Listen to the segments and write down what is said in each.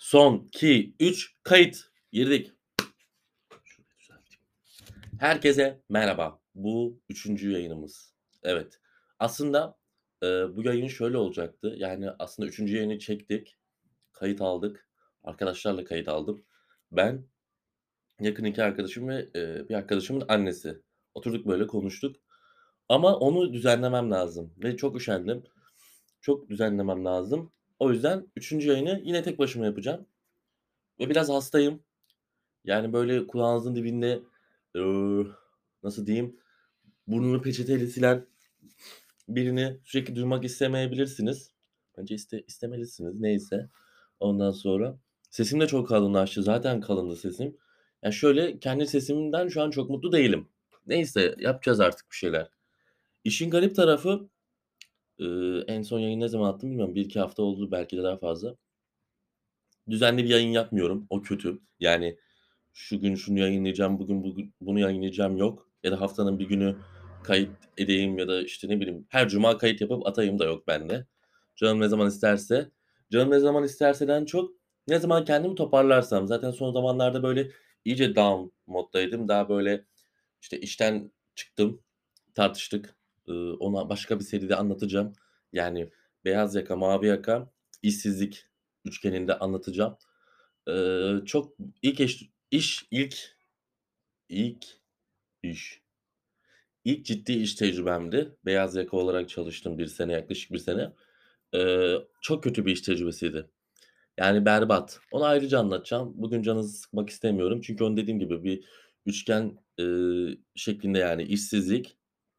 Son, 2, 3, kayıt. Girdik. Şurayı düzelteyim. Herkese merhaba. Bu üçüncü yayınımız. Evet. Aslında, bu yayın şöyle olacaktı. Yani, aslında üçüncü yayını çektik, kayıt aldık. Arkadaşlarla kayıt aldım. Ben, yakın 2 arkadaşım ve, bir arkadaşımın annesi. Oturduk böyle konuştuk ama onu düzenlemem lazım ve çok üşendim. Çok düzenlemem lazım. O yüzden üçüncü yayını yine tek başıma yapacağım ve biraz hastayım. Yani, böyle, kulağınızın dibinde, ııı, nasıl diyeyim, burnunu peçeteyle silen birini sürekli duymak istemeyebilirsiniz. Bence istemelisiniz, neyse. Ondan sonra sesim de çok kalınlaştı. Zaten kalındı sesim. Ya, şöyle, kendi sesimden şu an çok mutlu değilim. Neyse, yapacağız artık bir şeyler. İşin garip tarafı, en son yayını ne zaman attım bilmiyorum. 1-2 hafta oldu, belki de daha fazla. Düzenli bir yayın yapmıyorum. O kötü. Yani, şu gün şunu yayınlayacağım, bugün bunu yayınlayacağım yok. Ya da haftanın bir günü kayıt edeyim ya da, işte, ne bileyim, her cuma kayıt yapıp atayım da yok bende. Canım ne zaman isterse. Canım ne zaman isterseden çok ne zaman kendimi toparlarsam. Zaten son zamanlarda, böyle, iyice down moddaydım. Daha, böyle, işte, işten çıktım, tartıştık. Onu başka bir seride anlatacağım. Yani beyaz yaka, mavi yaka, işsizlik üçgeninde anlatacağım. Çok ilk eş iş ilk iş ilk ciddi iş tecrübemdi. Beyaz yaka olarak çalıştım bir sene, yaklaşık bir sene. Çok kötü bir iş tecrübesiydi. Yani berbat. Onu ayrıca anlatacağım. Bugün canınızı sıkmak istemiyorum. Çünkü onu dediğim gibi bir üçgen, şeklinde yani işsizlik,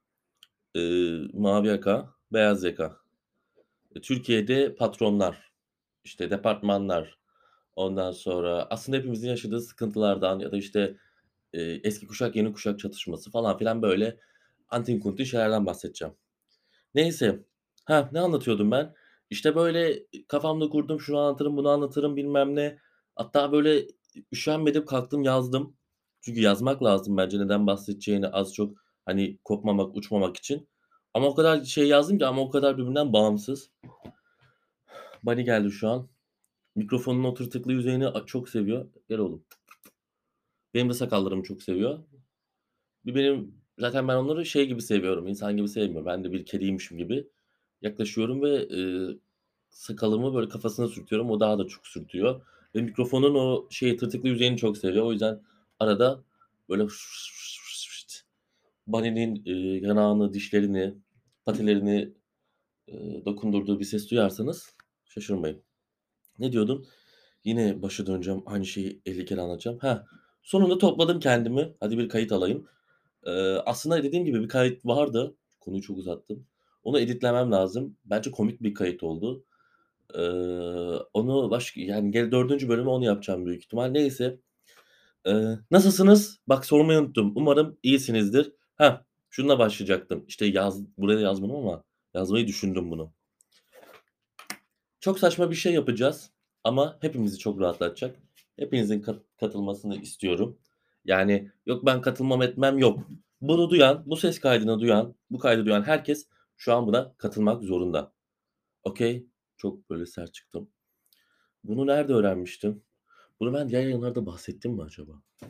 mavi yaka, beyaz yaka. Türkiye'de patronlar, işte departmanlar, ondan sonra aslında hepimizin yaşadığı sıkıntılardan ya da, işte, eski kuşak, yeni kuşak çatışması falan filan böyle antin kuntin şeylerden bahsedeceğim. Neyse, ne anlatıyordum ben? İşte, böyle, kafamda kurdum, şunu anlatırım, bunu anlatırım, bilmem ne. Hatta, böyle, üşenmedim, kalktım yazdım. Çünkü yazmak lazım bence neden bahsedeceğini az çok, hani, kopmamak, uçmamak için. Ama o kadar şey yazdım ki ama o kadar birbirinden bağımsız. Bunny geldi şu an. Mikrofonun o tırtıklı yüzeyini çok seviyor. Gel oğlum. Benim de sakallarımı çok seviyor. Zaten ben onları şey gibi seviyorum, insan gibi sevmiyorum. Ben de bir kediymişim gibi yaklaşıyorum ve, sakalımı böyle kafasına sürtüyorum. O daha da çok sürtüyor ve mikrofonun o tırtıklı yüzeyini çok seviyor. O yüzden arada böyle Bunny'nin, yanağını, dişlerini, patilerini, dokundurduğu bir ses duyarsanız şaşırmayın. Ne diyordum? Yine başa döneceğim, aynı şeyi 50 kere anlatacağım. Sonunda topladım kendimi. Hadi bir kayıt alayım. Aslında dediğim gibi bir kayıt vardı. Konuyu çok uzattım. Onu editlemem lazım. Bence komik bir kayıt oldu. Onu yani 4. bölümü onu yapacağım büyük ihtimal. Neyse. Nasılsınız? Bak sormayı unuttum. Umarım iyisinizdir. Şununla başlayacaktım. İşte buraya yazmadım ama yazmayı düşündüm bunu. Çok saçma bir şey yapacağız ama hepimizi çok rahatlatacak. Hepinizin katılmasını istiyorum. Yani, yok ben katılmam etmem yok. Bunu duyan, bu ses kaydını duyan, bu kaydı duyan herkes şu an buna katılmak zorunda. Okay? Çok böyle sert çıktım. Bunu nerede öğrenmiştim? Bunu ben diğer yayınlarda bahsettim mi acaba?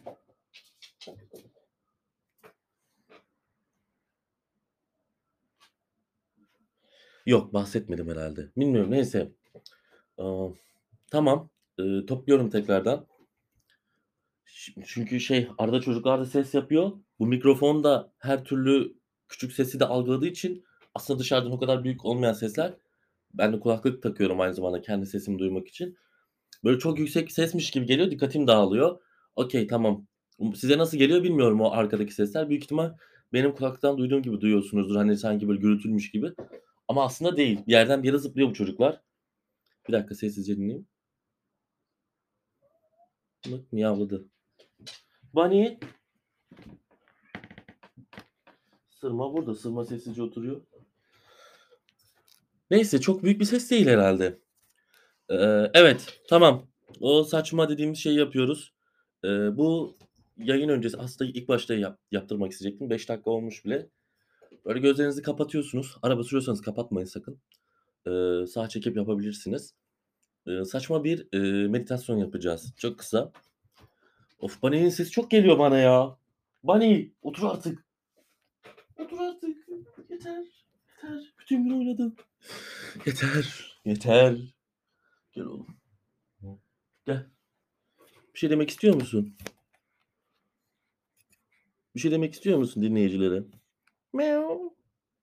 Yok, bahsetmedim herhâlde. Bilmiyorum, neyse. Aaa, tamam, topluyorum tekrardan. Çünkü arada çocuklar da ses yapıyor. Bu mikrofon da her türlü küçük sesi de algıladığı için aslında dışarıdan o kadar büyük olmayan sesler. Ben de kulaklık takıyorum aynı zamanda kendi sesimi duymak için. Böyle çok yüksek sesmiş gibi geliyor, dikkatim dağılıyor. Okay, tamam. Size nasıl geliyor bilmiyorum o arkadaki sesler. Büyük ihtimal benim kulaklıktan duyduğum gibi duyuyorsunuzdur. Hani sanki böyle gürültülmüş gibi ama aslında değil. Bir yerden bir yere zıplıyor bu çocuklar. Bir dakika sessizce dinleyeyim. Bak miyavladı. Bunny. Sırma burada. Sırma sessizce oturuyor. Neyse, çok büyük bir ses değil herhâlde. Evet, tamam. O saçma dediğimiz şeyi yapıyoruz. Bu yayın öncesi aslında ilk başta yaptırmak isteyecektim. 5 dakika olmuş bile. Böyle gözlerinizi kapatıyorsunuz. Araba sürüyorsanız kapatmayın sakın. Sağ çekip yapabilirsiniz. saçma bir, meditasyon yapacağız. Çok kısa. Of, Bunny'nin sesi çok geliyor bana ya. Bunny, otur artık. Otur artık. Yeter, yeter. Bütün gün oynadın. Yeter, yeter. Gel oğlum. Gel. Bir şey demek istiyor musun? Bir şey demek istiyor musun dinleyicilere? Meow.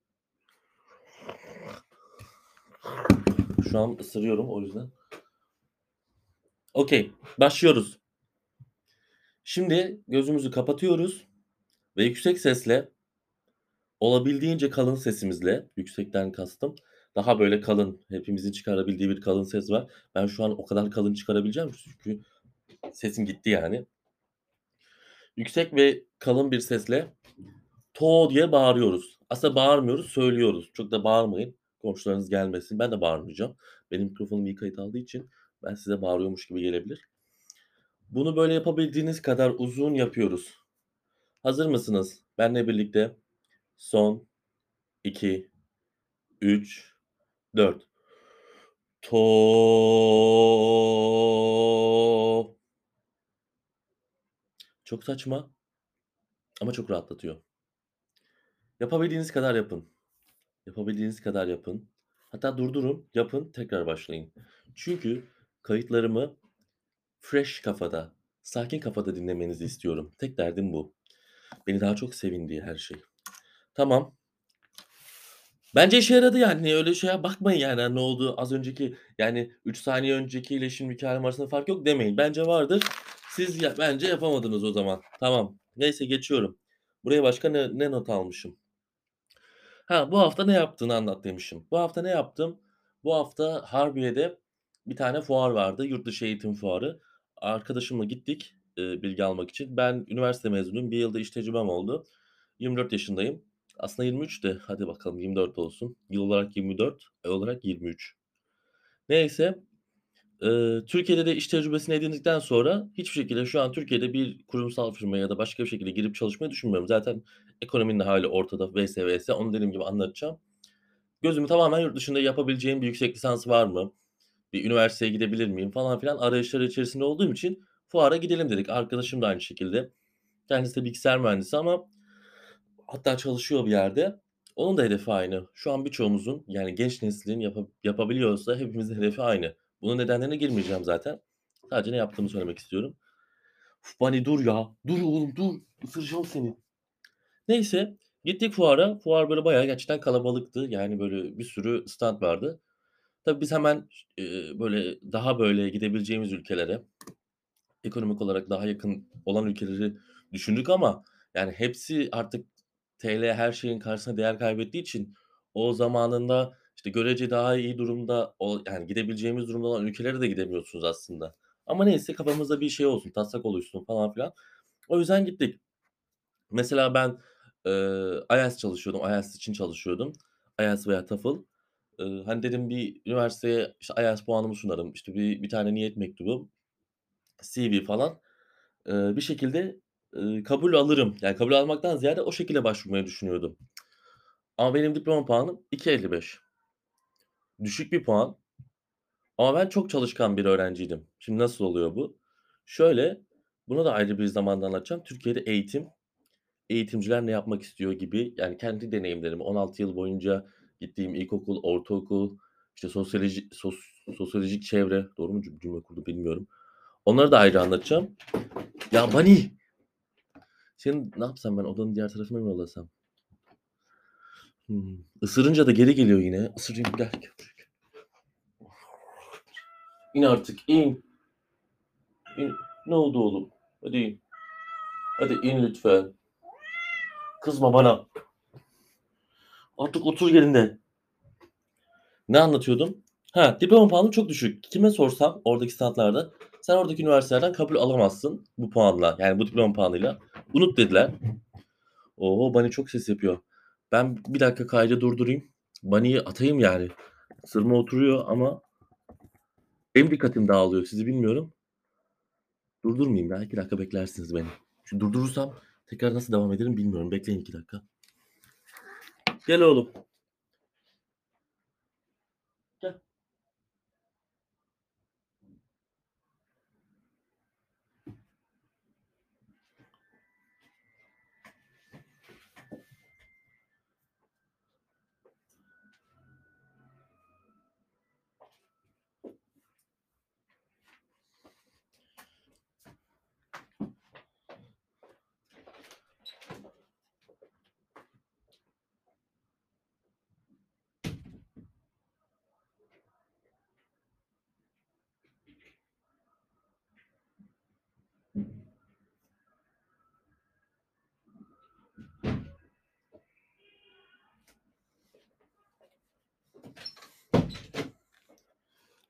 Şu an ısırıyorum o yüzden. Okay, başlıyoruz. Şimdi gözümüzü kapatıyoruz ve yüksek sesle, olabildiğince kalın sesimizle, yüksekten kastım, daha böyle kalın, hepimizin çıkarabildiği bir kalın ses var. Ben şu an o kadar kalın çıkarabileceğim çünkü sesim gitti yani. Yüksek ve kalın bir sesle "To" diye bağırıyoruz. Aslında bağırmıyoruz, söylüyoruz. Çok da bağırmayın, komşularınız gelmesin. Ben de bağırmayacağım. Benim mikrofonum iyi kayıt aldığı için ben size bağırıyormuş gibi gelebilir. Bunu böyle yapabildiğiniz kadar uzun yapıyoruz. Hazır mısınız? Benle birlikte son, 2, 3, 4. To. Çok saçma ama çok rahatlatıyor. Yapabildiğiniz kadar yapın. Yapabildiğiniz kadar yapın. Hatta durdurun, yapın, tekrar başlayın. Çünkü kayıtlarımı fresh kafada, sakin kafada dinlemenizi istiyorum. Tek derdim bu. Beni daha çok sevin diye her şey. Tamam. Bence işe yaradı yani. Öyle şeye bakmayın yani, hani, ne oldu az önceki, yani 3 saniye öncekiyle şimdiki hâlim arasında fark yok demeyin. Bence vardır. Siz bence yapamadınız o zaman. Tamam. Neyse geçiyorum. Buraya başka ne not almışım? Ha, bu hafta ne yaptığını anlat demişim. Bu hafta ne yaptım? Bu hafta Harbiye'de bir tane fuar vardı, yurt dışı eğitim fuarı. Arkadaşımla gittik, bilgi almak için. Ben üniversite mezunuyum. 1 yılda iş tecrübem oldu. 24 yaşındayım. Aslında 23 de hadi bakalım 24 olsun. Yıl olarak 24, ay olarak 23. Neyse, Türkiye'de de iş tecrübesini edindikten sonra hiçbir şekilde şu an Türkiye'de bir kurumsal firmaya ya da başka bir şekilde girip çalışmayı düşünmüyorum. Zaten ekonominin de hâli ortada vs. Onu dediğim gibi anlatacağım. Gözümü tamamen yurt dışında yapabileceğim bir yüksek lisans var mı? Bir üniversiteye gidebilir miyim falan filan arayışları içerisinde olduğum için fuara gidelim dedik. Arkadaşım da aynı şekilde. Kendisi de bilgisayar mühendisi ama hatta çalışıyor bir yerde. Onun da hedefi aynı. Şu an birçoğumuzun, yani genç neslin yapabiliyorsa hepimizin hedefi aynı. Bunun nedenlerine girmeyeceğim zaten. Sadece ne yaptığımı söylemek istiyorum. Uf, Bani dur ya. Dur oğlum dur. Isıracağım seni. Neyse gittik fuara. Fuar böyle bayağı gerçekten kalabalıktı. Yani böyle bir sürü stand vardı. Tabii biz hemen böyle daha böyle gidebileceğimiz ülkelere, ekonomik olarak daha yakın olan ülkeleri düşündük ama yani hepsi artık TL her şeyin karşısında değer kaybettiği için o zamanında, işte, görece daha iyi durumda yani gidebileceğimiz durumda olan ülkelere de gidemiyorsunuz aslında. Ama neyse kafamızda bir şey olsun, taslak oluşsun falan filan. O yüzden gittik. Mesela ben, IELTS çalışıyordum, IELTS için çalışıyordum. IELTS veya TOEFL. Hani, dedim bir üniversiteye, işte, IELTS puanımı sunarım, işte, bir tane niyet mektubu, CV falan. Bir şekilde, kabul alırım. Yani kabul almaktan ziyade o şekilde başvurmayı düşünüyordum. Ama benim diploma puanım 2.55. Düşük bir puan ama ben çok çalışkan bir öğrenciydim. Şimdi nasıl oluyor bu? Şöyle, bunu da ayrı bir zamanda anlatacağım. Türkiye'de eğitimciler ne yapmak istiyor gibi, yani kendi deneyimlerimi 16 yıl boyunca gittiğim ilkokul, ortaokul, işte sosyolojik çevre, doğru mu cümle kurdu bilmiyorum. Onları da ayrı anlatacağım. Ya Bani! Seni ne yapsam ben odanın diğer tarafına mı yollasam? Isırınca da geri geliyor yine. Isırayım gel, gel buraya gel. İn artık in. İn. Ne oldu oğlum? Hadi in. Hadi in lütfen. Kızma bana. Artık otur yerinde. Ne anlatıyordum? Ha, diploma puanım çok düşük. Kime sorsam oradaki standlarda, "Sen oradaki üniversitelerden kabul alamazsın bu puanla, yani bu diploma puanıyla. Unut." dediler. O! Bunny çok ses yapıyor. Ben bir dakika kaydı durdurayım. Bunny'yi atayım yani. Sırma oturuyor ama benim dikkatim dağılıyor. Sizi bilmiyorum. Durdurmayayım ya. 2 dakika beklersiniz beni. Çünkü durdurursam tekrar nasıl devam ederim bilmiyorum. Bekleyin 2 dakika. Gel oğlum. Gel.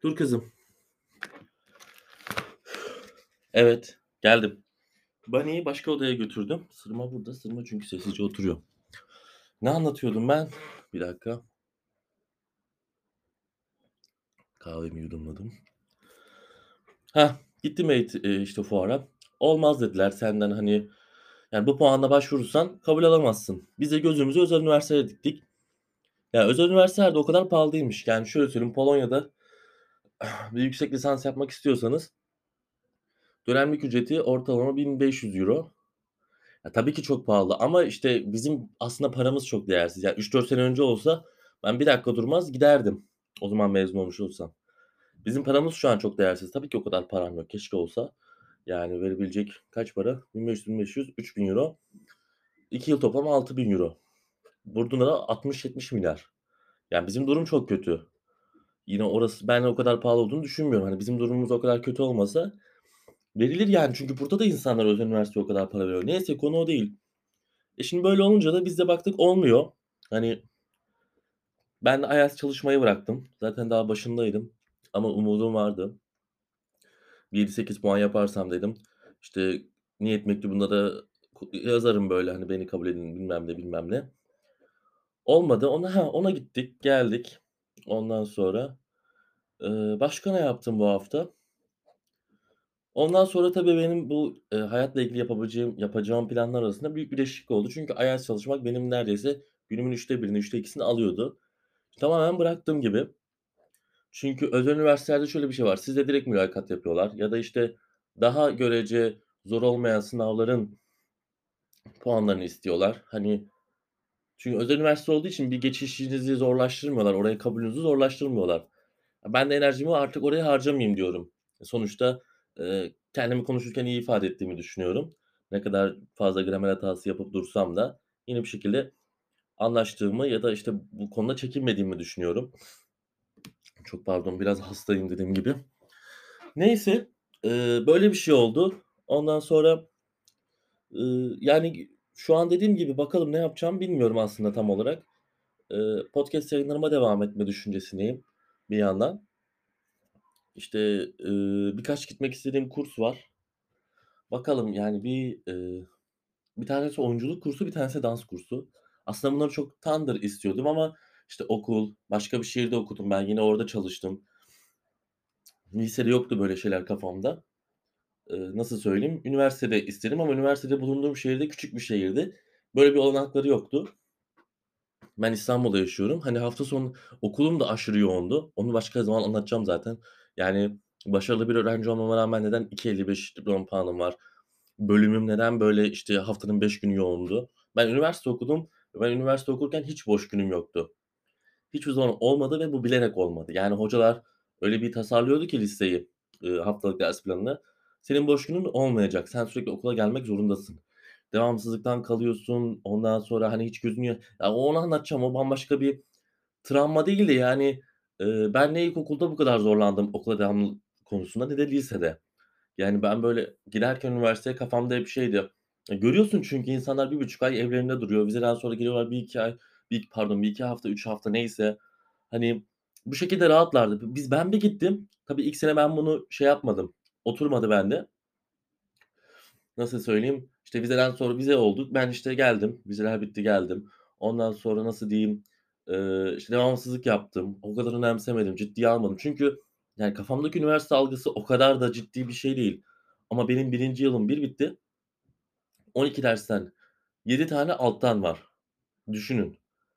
Dur kızım. Evet, geldim. Bunny'yi başka odaya götürdüm. Sırma burada. Sırma çünkü sessizce oturuyor. Ne anlatıyordum ben? Bir dakika. Kahvemi yudumladım. Hah, gittim işte fuara. Olmaz dediler senden, hani, yani, bu puanla başvurursan kabul alamazsın. Biz de gözümüzü özel üniversitelere diktik. Ya, özel üniversiteler de o kadar pahalı değilmiş. Yani, şöyle söyleyeyim, Polonya'da bir yüksek lisans yapmak istiyorsanız dönemlik ücreti ortalama €1.500. Ya, tabii ki çok pahalı ama, işte, bizim aslında paramız çok değersiz. Yani 3-4 sene önce olsa ben bir dakika durmaz giderdim, o zaman mezun olmuş olsam. Bizim paramız şu an çok değersiz. Tabii ki o kadar param yok. Keşke olsa. Yani verebilecek kaç para? 1.500, €3.000. 2 yıl toplam €6.000. Burada da 60-70 milyar. Yani bizim durum çok kötü. Yine orası ben o kadar pahalı olduğunu düşünmüyorum. Hani bizim durumumuz o kadar kötü olmasa verilir yani. Çünkü burada da insanlar özel üniversiteye o kadar para veriyor. Neyse konu o değil. Şimdi böyle olunca da biz de baktık olmuyor. Hani ben de IELTS çalışmayı bıraktım. Zaten daha başındaydım ama umudum vardı. 7-8 puan yaparsam dedim, işte, niyet mektubunda da yazarım böyle, hani, beni kabul edin bilmem ne, bilmem ne. Olmadı. Ona gittik, geldik. Ondan sonra, başka ne yaptım bu hafta? Ondan sonra tabii benim bu, hayatla ilgili yapacağım planlar arasında büyük bir değişiklik oldu. Çünkü IELTS çalışmak benim neredeyse günümün 3'te 1'ini, 3'te 2'sini alıyordu. Tamamen bıraktım gibi. Çünkü özel üniversitelerde şöyle bir şey var. Size direkt mülakat yapıyorlar ya da, işte, daha görece zor olmayan sınavların puanlarını istiyorlar. Hani, çünkü özel üniversite olduğu için bir geçişinizi zorlaştırmıyorlar. Oraya kabulünüzü zorlaştırmıyorlar. Ben de enerjimi artık oraya harcamayayım diyorum. Sonuçta, kendimi konuşurken iyi ifade ettiğimi düşünüyorum. Ne kadar fazla gramer hatası yapıp dursam da yine bir şekilde anlaştığımı ya da, işte, bu konuda çekinmediğimi düşünüyorum. Çok pardon, biraz hastayım dediğim gibi. Neyse, böyle bir şey oldu. Ondan sonra, yani, şu an dediğim gibi bakalım ne yapacağımı bilmiyorum aslında tam olarak. Podcast yayınlarıma devam etme düşüncesindeyim bir yandan. İşte, birkaç gitmek istediğim kurs var. Bakalım, yani, bir tanesi oyunculuk kursu, bir tanesi dans kursu. Aslında bunları çoktandır istiyordum ama, işte, okul, başka bir şehirde okudum ben, yine orada çalıştım. Lisede yoktu böyle şeyler kafamda. Nasıl söyleyeyim, üniversitede istedim ama üniversitede bulunduğum şehirde küçük bir şehirdi. Böyle bir olanakları yoktu. Ben İstanbul'da yaşıyorum. Hani, hafta sonu okulum da aşırı yoğundu. Onu başka zaman anlatacağım zaten. Yani, başarılı bir öğrenci olmama rağmen neden 2.55 diploma puanım var? Bölümüm neden böyle, işte, haftanın 5 günü yoğundu? Ben üniversite okudum ve ben üniversite okurken hiç boş günüm yoktu. Hiçbir zaman olmadı ve bu bilerek olmadı. Yani hocalar öyle bir tasarlıyordu ki listeyi, haftalık ders planını. Senin boş günün olmayacak. Sen sürekli okula gelmek zorundasın. Devamsızlıktan kalıyorsun. Ondan sonra, hani, hiç gözün ya, onu anlatacağım. O bambaşka bir travma değil de, yani, ben ne ilkokulda bu kadar zorlandım okula devamlı konusunda ne de lisede. Yani, ben böyle giderken üniversiteye kafamda hep şeydi. Görüyorsun çünkü insanlar 1,5 ay evlerinde duruyor. Vizeden sonra geliyorlar 1-2 ay, pardon 1-2 hafta, 3 hafta neyse. Hani, bu şekilde rahatlardı. Ben bir gittim. Tabii ilk sene ben bunu şey yapmadım, oturmadı bende. Nasıl söyleyeyim? İşte, vizeden sonra vize olduk. Ben, işte, geldim. Vizeler bitti, geldim. Ondan sonra nasıl diyeyim, işte, devamsızlık yaptım. O kadar önemsemedim, ciddiye almadım. Çünkü, yani, kafamdaki üniversite algısı o kadar da ciddi bir şey değil. Ama benim 1'inci yılım bir bitti. 12 dersten 7 tane alttan var. Düşünün.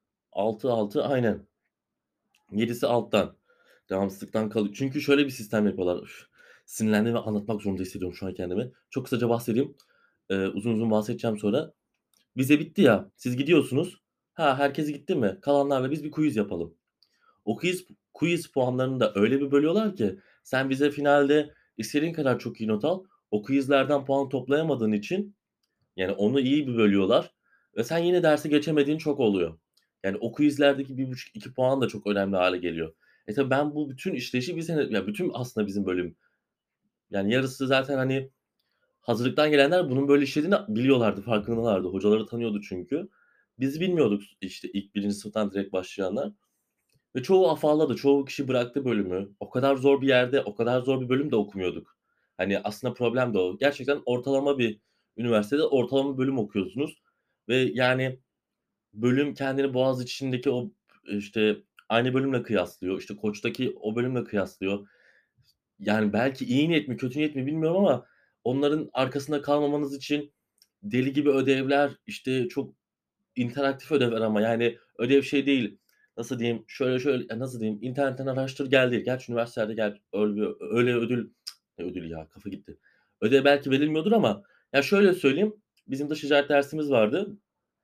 6 aynen. 7'si alttan. Devamsızlıktan çünkü şöyle bir sistem yapıyorlar. Sinirlendim ve anlatmak zorunda hissediyorum şu an kendimi. Çok kısaca bahsedeyim. Uzun uzun bahsedeceğim sonra. Vize bitti ya, siz gidiyorsunuz. Ha, herkes gitti mi? Kalanlarla biz bir quiz yapalım. O quiz puanlarını da öyle bir bölüyorlar ki sen vize finalde istediğin kadar çok iyi not al. O quizlerden puan toplayamadığın için, yani, onu iyi bir bölüyorlar ve sen yine dersi geçemediğin çok oluyor. Yani, o quizlerdeki 1,5-2 puan da çok önemli hâle geliyor. Tabii ben bu bütün işleyişi bir sene ya, bütün aslında bizim bölüm, yani, yarısı zaten, hani, hazırlıktan gelenler bunun böyle işlediğini biliyorlardı, farkındalardı. Hocaları tanıyordu çünkü. Biz bilmiyorduk, işte, ilk 1'inci sınıftan direkt başlayanlar. ve çoğu afalladı. Çoğu kişi bıraktı bölümü. O kadar zor bir yerde, o kadar zor bir bölüm de okumuyorduk. Hani, aslında problem de o. Gerçekten ortalama bir üniversitede ortalama bir bölüm okuyorsunuz ve, yani, bölüm kendini Boğaziçi'ndeki o, işte, aynı bölümle kıyaslıyor. İşte, Koç'taki o bölümle kıyaslıyor. Yani, belki iyi niyet mi, kötü niyet mi bilmiyorum ama onların arkasında kalmamanız için deli gibi ödevler, işte, çok interaktif ödevler ama, yani, ödev şey değil, nasıl diyeyim, şöyle şöyle, nasıl diyeyim, internetten araştır gel değil. Gerçi üniversitelerde öyle ödül ne ödülü ya, kafa gitti. Ödev belki verilmiyordur ama ya, şöyle söyleyeyim, bizim dış ticaret dersimiz vardı.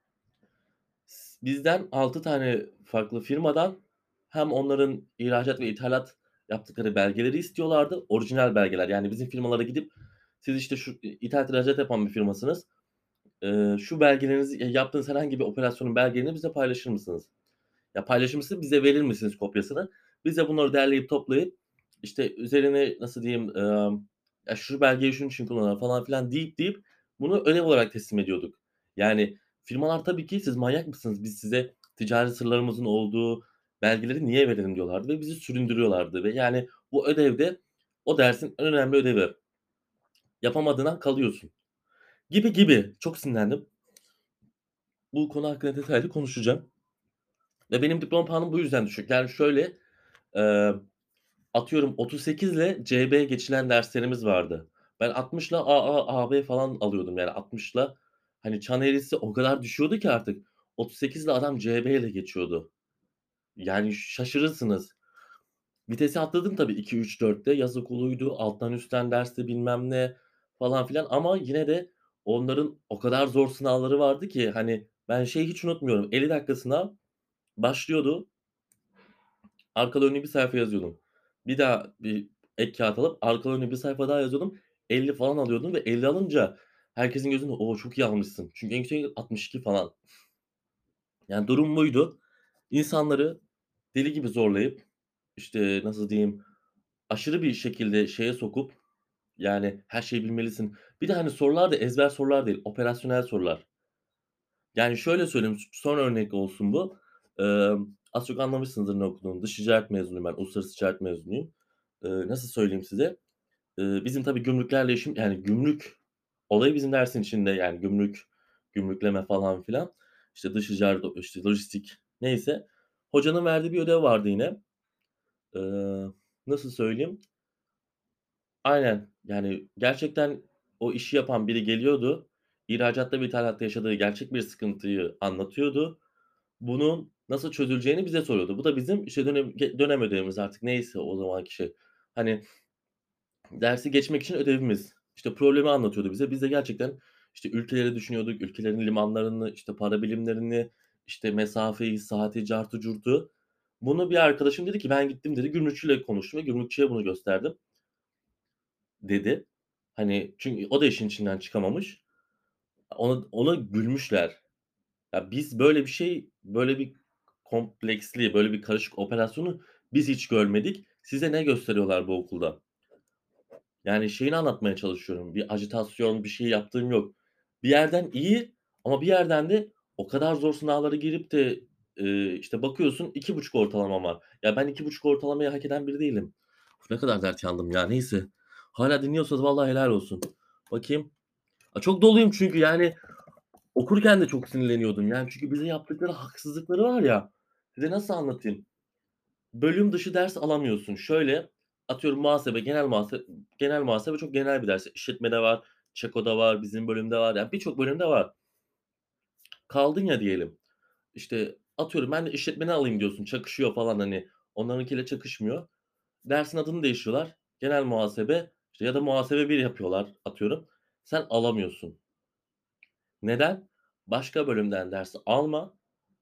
Bizden 6 tane farklı firmadan hem onların ihracat ve ithalat yaptıkları belgeleri istiyorlardı, orijinal belgeler. Yani bizim firmalara gidip siz, işte, şu ithalat ihracat yapan bir firmasınız, şu belgelerinizi yaptığınız herhangi bir operasyonun belgelerini bizle paylaşır mısınız? Ya, paylaşır mısınız, bize verir misiniz kopyasını? Biz de bunları derleyip toplayıp, işte, üzerine nasıl diyeyim, ya, şu belgeyi şunun için kullanıyorlar falan filan deyip bunu ödev olarak teslim ediyorduk. Yani firmalar tabii ki "Siz manyak mısınız? Biz size ticari sırlarımızın olduğu belgeleri niye verelim?" diyorlardı ve bizi süründürüyorlardı ve yani bu ödev de o dersin en önemli ödevi. Yapamadığından kalıyorsun. Gibi. Çok sinirlendim. Bu konu hakkında detaylı konuşacağım ve benim diploma puanım bu yüzden düşük. Yani şöyle, eee atıyorum 38'le CB geçilen derslerimiz vardı. Ben 60'la AA, AB falan alıyordum yani 60'la hani çan eğrisi o kadar düşüyordu ki artık 38'le adam CB ile geçiyordu. Yani şaşırırsınız. Vitesi atladım tabii 2, 3, 4'te. Yaz okuluydu, alttan üstten dersti bilmem ne falan filan ama yine de onların o kadar zor sınavları vardı ki hani ben şeyi hiç unutmuyorum. 50 dakika sınav başlıyordu. Arkalı önlü bir sayfa yazıyordum. Bir daha bir ek kâğıt alıp arkalı önlü bir sayfa daha yazıyordum. 50 falan alıyordum ve 50 alınca herkesin gözünde, "O, çok iyi almışsın." Çünkü en yüksek 62 falan. Yani durum buydu. İnsanları deli gibi zorlayıp, işte, nasıl diyeyim, aşırı bir şekilde şeye sokup, yani, her şeyi bilmelisin. Bir de, hani, sorular da ezber sorular değil, operasyonel sorular. Yani, şöyle söyleyeyim, son örnek olsun bu. Az çok anlamışsınızdır ne okuduğumu. Dış ticaret mezunuyum ben, uluslararası ticaret mezunuyum. Nasıl söyleyeyim size? Bizim tabii gümrüklerle işim yani gümrük olayı bizim dersin içinde, yani gümrükleme falan filan. İşte dış ticaret, işte lojistik neyse. Hocanın verdiği bir ödev vardı yine. Eee, nasıl söyleyeyim? Aynen, yani gerçekten o işi yapan biri geliyordu. İhracatta ve ithalatta yaşadığı gerçek bir sıkıntıyı anlatıyordu. Bunun nasıl çözüleceğini bize soruyordu. Bu da bizim, işte, dönem ödevimiz artık neyse o zamanki şey. Hani, dersi geçmek için ödevimiz. İşte, problemi anlatıyordu bize. Biz de gerçekten, işte, ülkeleri düşünüyorduk, ülkelerin limanlarını, işte, para birimlerini, işte, mesafeyi, saati, cartı curtu. Bunu bir arkadaşım dedi ki, "Ben gittim." dedi, "Gümrükçüyle konuştum ve gümrükçüye bunu gösterdim." dedi. Hani, çünkü o da işin içinden çıkamamış. Ona gülmüşler. Ya, biz böyle bir şey, böyle bir kompleksli, böyle bir karışık operasyonu biz hiç görmedik. Size ne gösteriyorlar bu okulda? Yani, şeyini anlatmaya çalışıyorum. Bir ajitasyon, bir şey yaptığım yok. Bir yerden iyi ama bir yerden de o kadar zor sınavlara girip de, işte, bakıyorsun 2,5 ortalamam var. Ya, ben 2,5 ortalamayı hak eden biri değilim. Uf, ne kadar dert yandım ya, neyse. Hâlâ dinliyorsanız vallahi helal olsun. Bakayım. Çok doluyum çünkü, yani, okurken de çok sinirleniyordum. Yani, çünkü bize yaptıkları haksızlıkları var ya, size nasıl anlatayım? Bölüm dışı ders alamıyorsun. Şöyle, atıyorum muhasebe, genel muhasebe çok genel bir ders. İşletmede var, Çeko'da var, bizim bölümde var, yani birçok bölümde var. Kaldın ya diyelim, işte, atıyorum ben de işletmeni alayım diyorsun, çakışıyor falan, hani, onlarınkiyle çakışmıyor. Dersin adını değiştiriyorlar. Genel muhasebe, işte, ya da muhasebe 1 yapıyorlar atıyorum. Sen alamıyorsun. Neden? Başka bölümden dersi alma.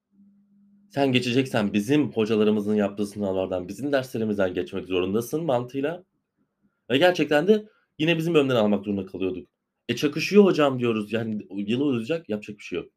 Sen geçeceksen bizim hocalarımızın yaptığı sınavlardan, bizim derslerimizden geçmek zorundasın mantığıyla ve gerçekten de yine bizim bölümden almak zorunda kalıyorduk. Çakışıyor hocam diyoruz, yani yılı uzayacak, yapacak bir şey yok.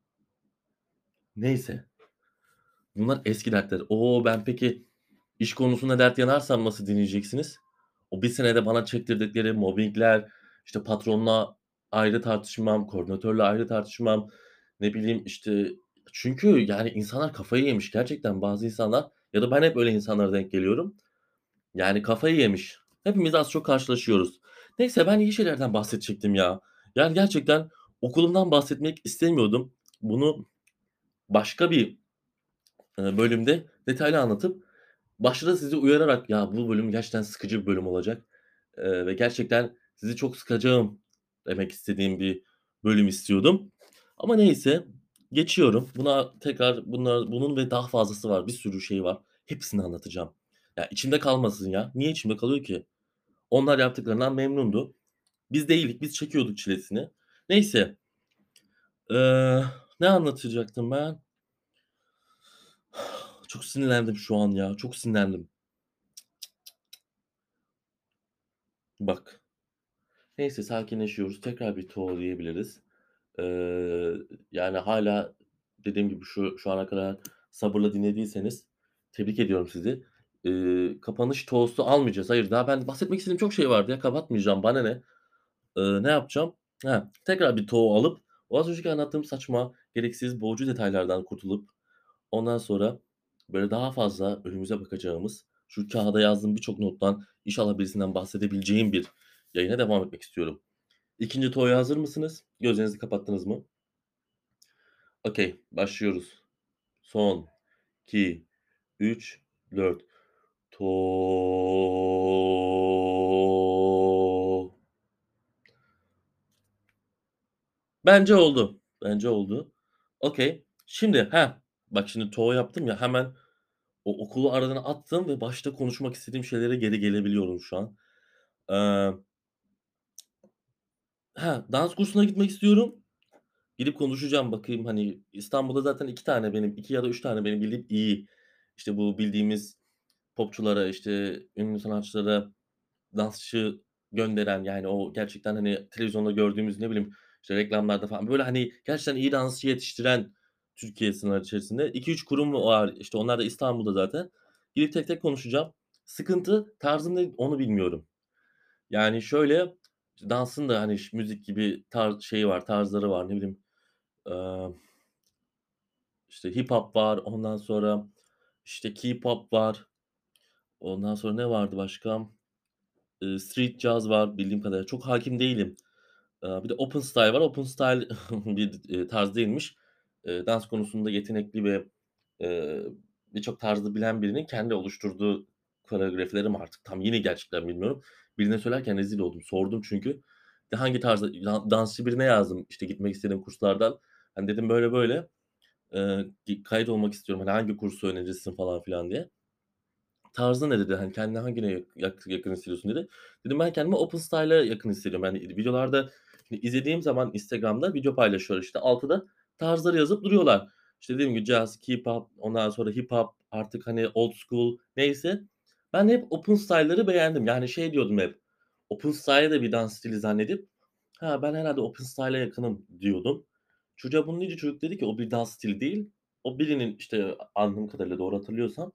Neyse, bunlar eski dertler. Ben peki iş konusunda dert yanarsam nasıl dinleyeceksiniz? O bir senede bana çektirdikleri mobbingler, işte patronla ayrı tartışmam, koordinatörle ayrı tartışmam, ne bileyim, işte çünkü yani insanlar kafayı yemiş gerçekten bazı insanlar Ya da ben hep öyle insanlara denk geliyorum. Yani kafayı yemiş. Hepimiz az çok karşılaşıyoruz. Neyse ben iyi şeylerden bahsedecektim ya. Yani gerçekten okulumdan bahsetmek istemiyordum. Bunu başka bir, bölümde detaylı anlatıp başta da sizi uyararak ya bu bölüm gerçekten sıkıcı bir bölüm olacak, ve gerçekten sizi çok sıkacağım demek istediğim bir bölüm istiyordum. Ama neyse geçiyorum. Buna tekrar bunun ve daha fazlası var. Bir sürü şey var. Hepsini anlatacağım. Ya içimde kalmasın ya. Niye içimde kalıyor ki? Onlar yaptıklarından memnundu. Biz değildik. Biz çekiyorduk çilesini. Neyse, eee, ne anlatacaktım ben? Çok sinirlendim şu an ya. Çok sinirlendim. Bak. Neyse sakinleşiyoruz. Tekrar bir diyebiliriz. Eee, yani hâlâ dediğim gibi şu ana kadar sabırla dinlediyseniz tebrik ediyorum sizi. Kapanış toast'u almayacağız. Hayır, daha ben bahsetmek istediğim çok şey vardı ya. Kapatmayacağım. Bana ne? Ne yapacağım? Tekrar bir alıp o az önceki anlattığım saçma, gereksiz, boğucu detaylardan kurtulup ondan sonra böyle daha fazla önümüze bakacağımız, şu kâğıda yazdığım birçok nottan inşallah birisinden bahsedebileceğim bir yayına devam etmek istiyorum. 2'nci TO'ya hazır mısınız? Gözlerinizi kapattınız mı? Okay, başlıyoruz. Son, 2, 3, 4. To. Bence oldu. Bence oldu. Okay. Şimdi, bak şimdi yaptım ya, hemen o okulu aradan attım ve başta konuşmak istediğim şeylere geri gelebiliyorum şu an. Eee, dans kursuna gitmek istiyorum. Gidip konuşacağım bakayım, hani, İstanbul'da zaten 2 tane benim 2 ya da 3 tane benim bildiğim iyi, işte, bu bildiğimiz popçulara, işte, ünlü sanatçılara dansçı gönderen, yani, o gerçekten, hani, televizyonda gördüğümüz, ne bileyim, işte, reklamlarda falan, böyle, hani, gerçekten iyi dansçı yetiştiren Türkiye sınırları içerisinde 2-3 kurum var. İşte, onlar da İstanbul'da zaten. Gidip tek tek konuşacağım. Sıkıntı tarzım ne onu bilmiyorum. Yani, şöyle, dansın da, hani, müzik gibi şeyi var, tarzları var, ne bileyim, eee İşte hip hop var, ondan sonra, işte, K-pop var. Ondan sonra ne vardı başka? Street jazz var bildiğim kadarıyla. Çok hâkim değilim. Bir de open style var. Open style bir, tarz değilmiş. Dans konusunda yetenekli ve, eee, birçok tarzı bilen birinin kendi oluşturduğu koreografileri mi artık tam yine gerçekten bilmiyorum. Birine söylerken rezil oldum. Sordum çünkü. De hangi tarzda dansçı birine yazdım, işte, gitmek istediğim kurslardan. Hani, dedim böyle böyle. Kayıt olmak istiyorum, hani, hangi kursu önerirsin falan filan diye. "Tarzın ne?" dedi. Hani, "Kendini hangine yakın hissediyorsun?" dedi. Dedim, "Ben kendimi open style'a yakın hissediyorum." Yani, videolarda şimdi izlediğim zaman Instagram'da video paylaşıyorlar, işte, altı da tarzları yazıp duruyorlar. İşte, dediğim gibi caz, K-pop, ondan sonra hip hop, artık, hani, old school neyse. Ben hep open style'ları beğendim. Yani, şey diyordum hep, open style de bir dans stili zannedip, ben herhâlde open style'a yakınım." diyordum. Çocuğa bunu deyince çocuk dedi ki, "O bir dans stili değil. O birinin" işte, anladığım kadarıyla doğru hatırlıyorsam,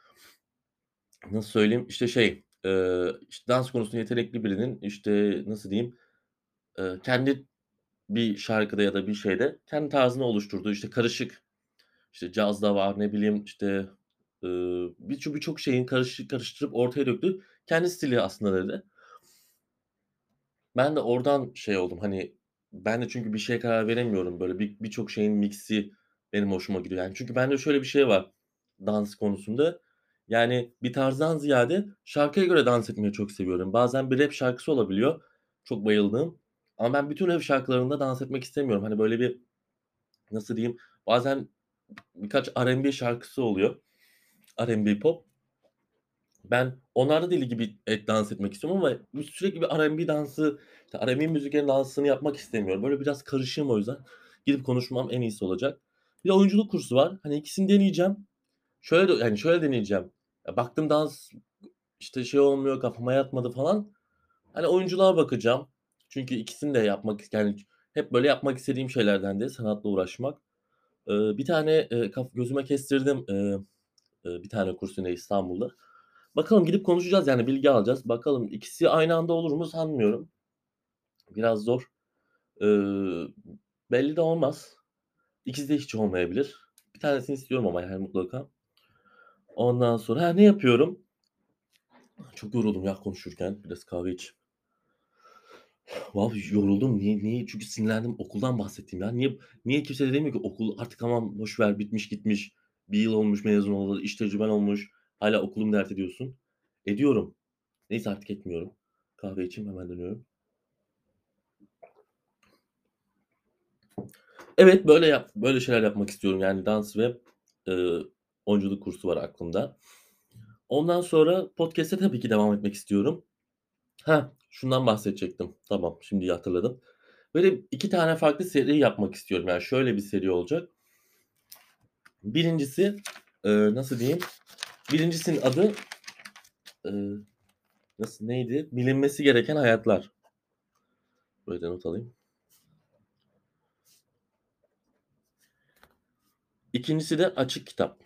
nasıl söyleyeyim, işte, şey, işte, dans konusunda yetenekli birinin, işte, nasıl diyeyim, kendi bir şarkıda ya da bir şeyde kendi tarzını oluşturduğu, işte, karışık, işte, caz da var, ne bileyim, işte, birçok şeyin karıştırıp ortaya döktüğü kendi stili aslında dedi. Ben de oradan şey oldum, hani, ben de çünkü bir şeye karar veremiyorum. Böyle birçok şeyin mix'i benim hoşuma gidiyor. Yani, çünkü bende şöyle bir şey var dans konusunda. Yani, bir tarzdan ziyade şarkıya göre dans etmeyi çok seviyorum. Bazen bir rap şarkısı olabiliyor, çok bayıldığım. Ama ben bütün rap şarkılarında dans etmek istemiyorum. Hani, böyle bir, nasıl diyeyim, bazen birkaç R&B şarkısı oluyor, R&B pop. Ben onlarda deli gibi dans etmek istiyorum ama sürekli bir R&B dansı, işte R&B müziklerin dansını yapmak istemiyorum. Böyle biraz karışığım o yüzden. Gidip konuşmam en iyisi olacak. Bir de oyunculuk kursu var. Hani ikisini deneyeceğim. Şöyle deneyeceğim. Ya baktım dans, işte, şey olmuyor, kafama yatmadı falan. Hani oyunculuğa bakacağım. Çünkü ikisini de yani hep böyle yapmak istediğim şeylerdendi sanatla uğraşmak. Bir tane, gözüme kestirdim, bir tane kurs yine İstanbul'da. Bakalım gidip konuşacağız, yani bilgi alacağız. Bakalım ikisi aynı anda olur mu sanmıyorum. Biraz zor. Eee, belli de olmaz. İkisi de hiç olmayabilir. Bir tanesini istiyorum ama yani mutlaka. Ondan sonra ne yapıyorum? Çok yoruldum ya konuşurken. Biraz kahve içeyim. Vallahi yoruldum. Niye? Çünkü sinirlendim. Okuldan bahsettim ya. Niye kimse de demiyor ki okul artık tamam boş ver, bitmiş gitmiş. Bir yıl olmuş mezun olalı, iş tecrüben olmuş. Hâlâ okulu mu dert ediyorsun? Ediyorum. Neyse artık etmiyorum. Kahve içeyim, hemen dönüyorum. Evet, böyle şeyler yapmak istiyorum. Yani dans ve, eee, oyunculuk kursu var aklımda. Ondan sonra podcast'e tabii ki devam etmek istiyorum. Heh, şundan bahsedecektim. Tamam, şimdi hatırladım. Böyle 2 tane farklı seri yapmak istiyorum. Yani şöyle bir seri olacak. Birincisi, nasıl diyeyim? Birincisinin adı, eee, neydi? Bilinmesi gereken hayatlar. Böyle de not alayım. İkincisi de açık kitap.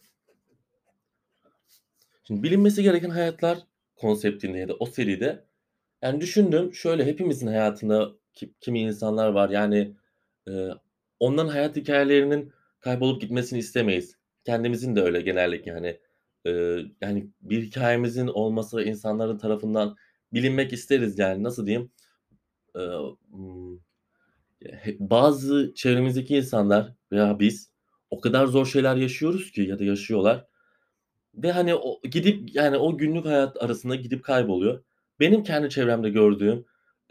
Şimdi bilinmesi gereken hayatlar konseptinde ya da o seride, yani düşündüm, şöyle hepimizin hayatında kimi insanlar var. Yani, eee, onların hayat hikâyelerinin kaybolup gitmesini istemeyiz. Kendimizin de öyle genellikle, hani. Yani bir hikâyemizin olması insanların tarafından bilinmek isteriz yani. Nasıl diyeyim? Eee, ımm, bazı çevremizdeki insanlar veya biz o kadar zor şeyler yaşıyoruz ki ya da yaşıyorlar ve, hani, o gidip, yani, o günlük hayat arasında gidip kayboluyor. Benim kendi çevremde gördüğüm,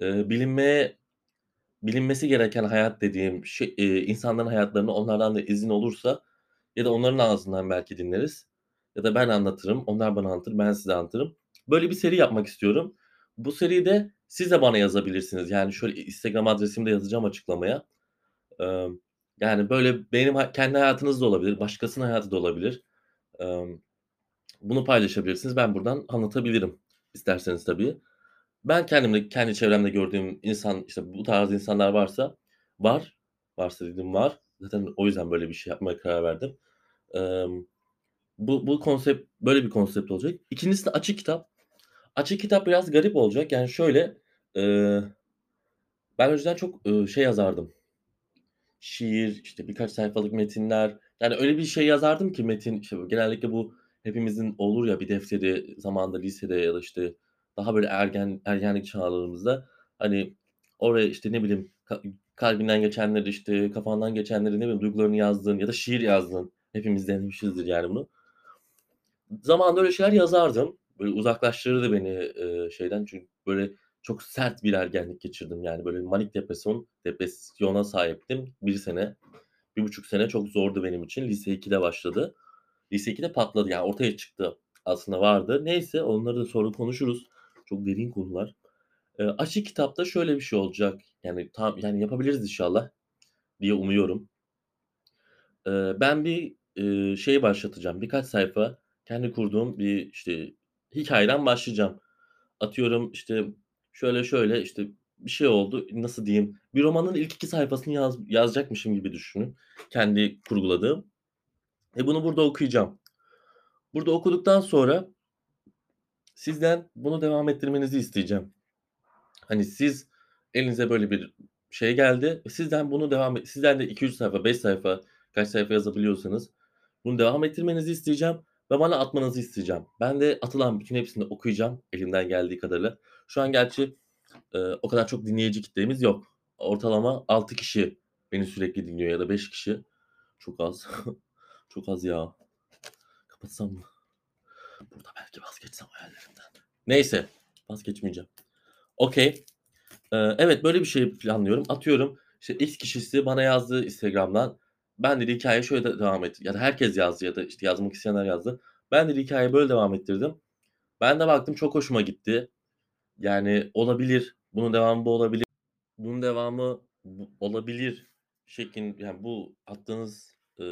bilinmesi gereken hayat dediğim insanların hayatlarında onlardan da izin olursa ya da onların ağzından belki dinleriz ya da ben anlatırım, onlar bana anlatır, ben size anlatırım. Böyle bir seri yapmak istiyorum. Bu seride siz de bana yazabilirsiniz. Yani, şöyle, Instagram adresimi de yazacağım açıklamaya. Emm, yani, böyle, benim kendi hayatınız da olabilir, başkasının hayatı da olabilir. Emm, bunu paylaşabilirsiniz. Ben buradan anlatabilirim isterseniz tabii. Ben kendi çevremde gördüğüm işte, bu tarz insanlar var, varsa dedim var. Zaten o yüzden böyle bir şey yapmaya karar verdim. Emm, bu konsept böyle bir konsept olacak. İkincisi de açık kitap. Açık kitap biraz garip olacak. Yani şöyle, eee, ben önceden çok, şey yazardım, şiir, işte, birkaç sayfalık metinler, yani, öyle bir şey yazardım ki metin, işte, genellikle bu hepimizin olur ya bir defteri zamanında lisede ya da, işte, daha böyle ergenlik çağlarımızda, hani, oraya, işte, ne bileyim, kalbinden geçenleri, işte, kafandan geçenleri, ne bileyim, duygularını yazdığın ya da şiir yazdığın, hepimiz denemişizdir yani bunu. Zamanında öyle şeyler yazardım. Böyle uzaklaştırırdı beni, şeyden çünkü böyle çok sert bir ergenlik geçirdim. Yani, böyle manik depresyona sahiptim. Bir sene, 1,5 sene çok zordu benim için. Lise 2'de başladı. Lise 2'de patladı, yani ortaya çıktı. Aslında vardı. Neyse onları da sonra konuşuruz. Çok derin konular. Açık kitapta şöyle bir şey olacak. Yani yapabiliriz inşallah diye umuyorum. Ben bir, şey başlatacağım. Birkaç sayfa kendi kurduğum bir, işte, hikâyeden başlayacağım. Atıyorum, işte, şöyle, işte, bir şey oldu. Nasıl diyeyim? Bir romanın ilk 2 sayfasını yazacakmışım gibi düşünün. Kendi kurguladığım. Bunu burada okuyacağım. Burada okuduktan sonra sizden bunu devam ettirmenizi isteyeceğim. Hani, elinize böyle bir şey geldi. Sizden de 2-3 sayfa, 5 sayfa, kaç sayfa yazabiliyorsanız bunu devam ettirmenizi isteyeceğim ve bana atmanızı isteyeceğim. Ben de atılan bütün hepsini okuyacağım elimden geldiği kadarıyla. Şu an gerçi, o kadar çok dinleyici kitlemiz yok. Ortalama 6 kişi beni sürekli dinliyor ya da 5 kişi. Çok az. Çok az ya. Kapatsam mı? Burada belki vazgeçsem hayallerimden. Neyse, vazgeçmeyeceğim. Okay. Evet, böyle bir şey planlıyorum. Atıyorum, işte, X kişisi bana yazdı Instagram'dan. Ben dedi hikâyeye şöyle devam et ya da herkes yazdı ya da, işte, yazmak isteyenler yazdı. Ben dedi hikâyeyi böyle devam ettirdim. Ben de baktım çok hoşuma gitti. Yani olabilir, bunun devamı bu olabilir. Bunun devamı olabilir yani bu attığınız,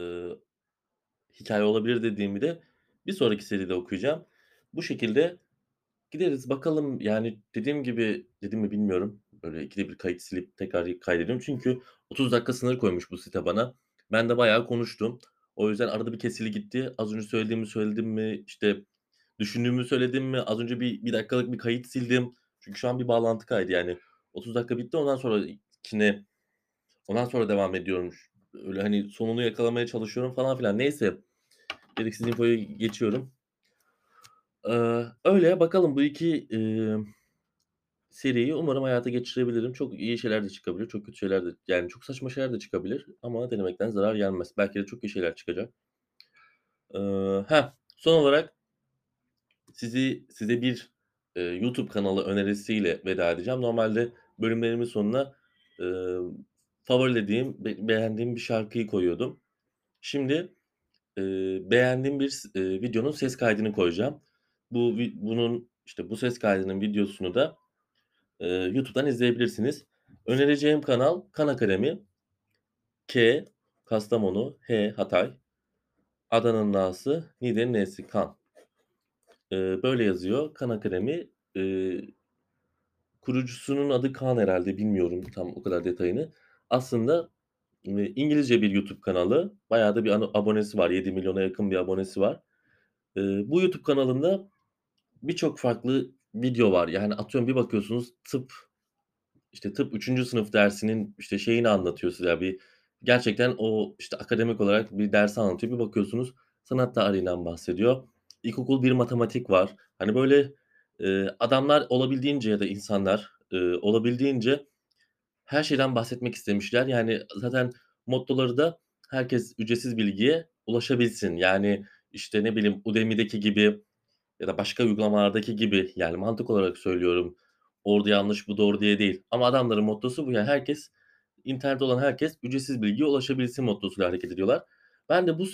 hikâye olabilir dediğimi de bir sonraki seride okuyacağım. Bu şekilde gideriz bakalım, yani, dediğim gibi, dedim mi bilmiyorum. Böyle ikide bir kayıt silip tekrar kaydediyorum. Çünkü 30 dakika sınır koymuş bu site bana. Ben de bayağı konuştum. O yüzden arada bir kesildi gitti. Az önce söylediğimi söyledim mi, işte, düşündüğümü söyledim mi, az önce bir dakikalık bir kayıt sildim. Çünkü şu an bir bağlantı kaydı, yani. 30 dakika bitti, ondan sonra devam ediyorum. Öyle, hani, sonunu yakalamaya çalışıyorum falan filan. Neyse, Gereksiz infoyu geçiyorum. Öyle bakalım bu 2 seriyi umarım hayata geçirebilirim. Çok iyi şeyler de çıkabilir, çok kötü şeyler de yani çok saçma şeyler de çıkabilir ama denemekten zarar gelmez. Belki de çok iyi şeyler çıkacak. Son olarak size bir, YouTube kanalı önerisiyle veda edeceğim. Normalde bölümlerimin sonuna, emm, favorilediğim, beğendiğim bir şarkıyı koyuyordum. Şimdi, beğendiğim bir videonun ses kaydını koyacağım. Bu ses kaydının videosunu da, YouTube'dan izleyebilirsiniz. Önereceğim kanal Kan Akademi. K, Kastamonu, H, Hatay, Adana'nın A'sı, Niğde'nin N'si, Kan. Böyle yazıyor. Kan Akademi. Kurucusunun adı Kaan herhâlde, bilmiyorum tam o kadar detayını. Aslında, İngilizce bir YouTube kanalı. Bayağı da bir abonesi var. 7 milyona yakın bir abonesi var. Bu YouTube kanalında birçok farklı video var. Yani atıyorum bir bakıyorsunuz tıp 3. sınıf dersinin, şeyini anlatıyor size. Gerçekten o, akademik olarak bir dersi anlatıyor. Bir bakıyorsunuz sanat tarihinden bahsediyor. İlkokul 1 matematik var. Hani, böyle, adamlar olabildiğince ya da insanlar, olabildiğince her şeyden bahsetmek istemişler. Yani, zaten mottoları da herkes ücretsiz bilgiye ulaşabilsin. Yani, ne bileyim, Udemy'deki gibi ya da başka uygulamalardaki gibi, yani, mantık olarak söylüyorum, orada yanlış, bu doğru diye değil ama adamların mottosu bu. Yani, internette olan herkes ücretsiz bilgiye ulaşabilsin mottosuyla hareket ediyorlar. Ben de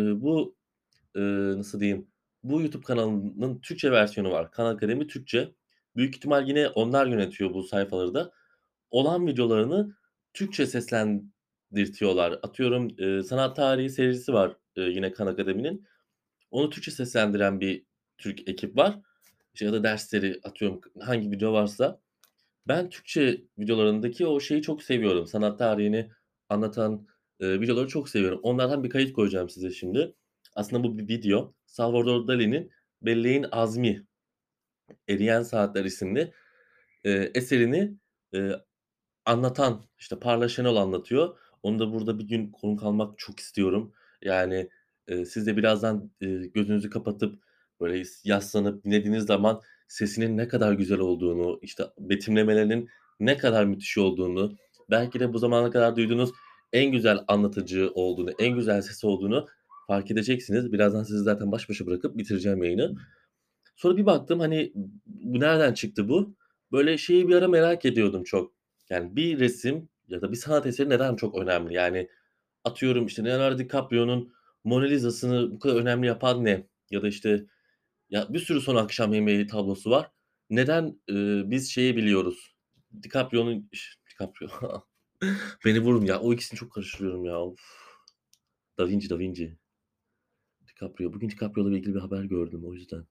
nasıl diyeyim, bu YouTube kanalının Türkçe versiyonu var. Khan Akademi Türkçe. Büyük ihtimal yine onlar yönetiyor bu sayfaları da. Olan videolarını Türkçe seslendirtiyorlar. Atıyorum, sanat tarihi serisi var, yine Khan Akademi'nin. Onu Türkçe seslendiren bir Türk ekip var. Ya da dersleri atıyorum hangi video varsa. Ben Türkçe videolarındaki o şeyi çok seviyorum. Sanat tarihini anlatan, videoları çok seviyorum. Onlardan bir kayıt koyacağım size şimdi. Aslında bu bir video. Salvador Dali'nin Belleğin Azmi, Eriyen Saatler isimli, eserini, eee, anlatan, Parla Şenol anlatıyor. Onu da burada bir gün konuk almak çok istiyorum. Yani, siz de birazdan, gözünüzü kapatıp, böyle, yaslanıp dinlediğiniz zaman sesinin ne kadar güzel olduğunu, betimlemelerinin ne kadar müthiş olduğunu, belki de bu zamana kadar duyduğunuz en güzel anlatıcı olduğunu, en güzel sesi olduğunu fark edeceksiniz. Birazdan sizi zaten baş başa bırakıp bitireceğim yayını. Sonra bir baktım, hani, bu nereden çıktı bu? Böyle şeyi bir ara merak ediyordum çok. Yani bir resim ya da bir sanat eseri neden çok önemli? Yani atıyorum, Leonardo DiCaprio'nun Mona Lisa'sını bu kadar önemli yapan ne? Ya da, ya bir sürü Son Akşam Yemeği tablosu var. Neden, biz şeyi biliyoruz? DiCaprio beni vurun ya. O ikisini çok karıştırıyorum ya. Of. Da Vinci. DiCaprio. Bugün DiCaprio'la ilgili bir haber gördüm o yüzden.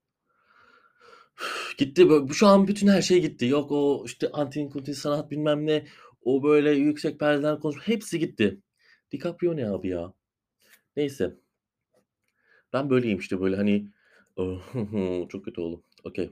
Gitti şu an bütün her şey gitti. Yok o, antin kuntin sanat bilmem ne, o böyle yüksek perdeden hepsi gitti. DiCaprio ne abi ya? Neyse. Ben böyleyim böyle, hani, çok kötü oldu. Okay.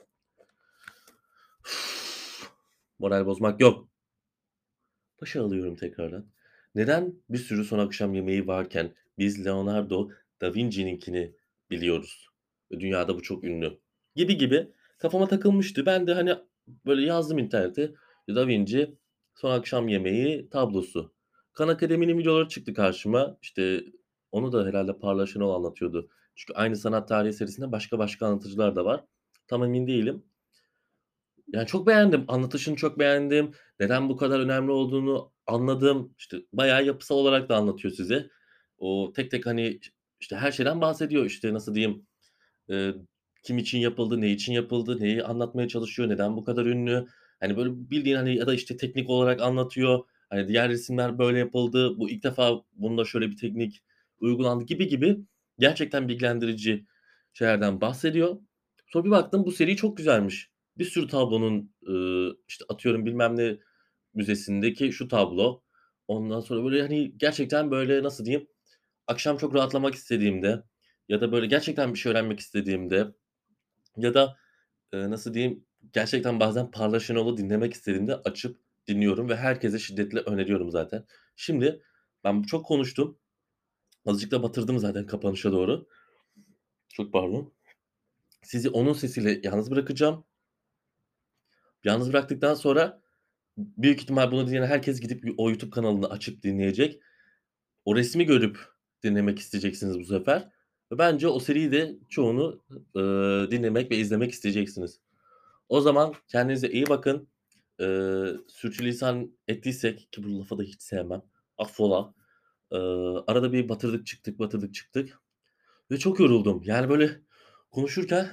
Moral bozmak yok. Başa alıyorum tekrardan. Neden bir sürü Son Akşam Yemeği varken biz Leonardo da Vinci'ninkini biliyoruz ve dünyada bu çok ünlü gibi kafama takılmıştı. Ben de, hani, böyle yazdım internete, Da Vinci Son Akşam Yemeği tablosu. Khan Akademi'nin videoları çıktı karşıma. Onu da herhâlde Parla Şenol anlatıyordu. Çünkü aynı sanat tarihi serisinde başka anlatıcılar da var. Tam emin değilim. Yani, çok beğendim. Anlatışını çok beğendim. Neden bu kadar önemli olduğunu anladım. Bayağı yapısal olarak da anlatıyor size. O tek tek, hani, her şeyden bahsediyor. Nasıl diyeyim, eee, kim için yapıldı, ne için yapıldı, neyi anlatmaya çalışıyor, neden bu kadar ünlü? Hani, böyle bildiğin, hani, ya da, teknik olarak anlatıyor. Hani, diğer resimler böyle yapıldı, bu ilk defa bunda şöyle bir teknik uygulandı gibi gerçekten bilgilendirici şeylerden bahsediyor. Sonra bir baktım bu seri çok güzelmiş. Bir sürü tablonun, atıyorum bilmem ne müzesindeki şu tablo. Ondan sonra, böyle, hani, gerçekten, böyle, nasıl diyeyim, akşam çok rahatlamak istediğimde ya da, böyle, gerçekten bir şey öğrenmek istediğimde ya da, nasıl diyeyim, gerçekten bazen Parla Şenol'u dinlemek istediğimde açıp dinliyorum ve herkese şiddetle öneriyorum zaten. Şimdi ben çok konuştum. Azıcık da batırdım zaten kapanışa doğru. Çok pardon. Sizi onun sesiyle yalnız bırakacağım. Yalnız bıraktıktan sonra büyük ihtimal bunu dinleyen herkes gidip o YouTube kanalını açıp dinleyecek. O resmi görüp dinlemek isteyeceksiniz bu sefer ve bence o seriyi de çoğunu, dinlemek ve izlemek isteyeceksiniz. O zaman kendinize iyi bakın. Sürçülisan ettiysek ki bu lafı da hiç sevmem, affola. Eee, arada bir batırdık çıktık, batırdık çıktık ve çok yoruldum. Yani, böyle, konuşurken,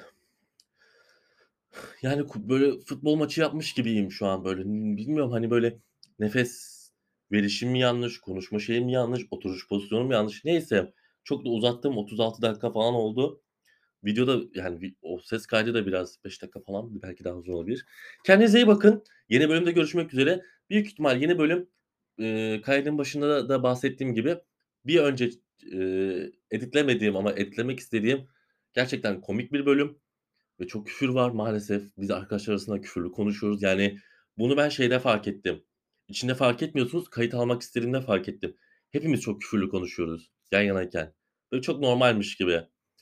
yani, böyle, futbol maçı yapmış gibiyim şu an, böyle. Bilmiyorum, hani, böyle, nefes verişim mi yanlış, konuşma şeyim mi yanlış, oturuş pozisyonum mu yanlış, neyse. Çok da uzattım, 36 dakika falan oldu. Videoda, yani, o ses kaydı da biraz 5 dakika falan, belki daha uzun olabilir. Kendinize iyi bakın. Yeni bölümde görüşmek üzere. Büyük ihtimal yeni bölüm, kaydın başında da bahsettiğim gibi bir önce, editlemediğim ama editlemek istediğim gerçekten komik bir bölüm ve çok küfür var maalesef. Biz arkadaşlar arasında küfürlü konuşuyoruz. Yani, bunu ben şeyde fark ettim. İçinde fark etmiyorsunuz, kayıt almak istediğimde fark ettim. Hepimiz çok küfürlü konuşuyoruz yan yanayken. Böyle çok normalmiş gibi.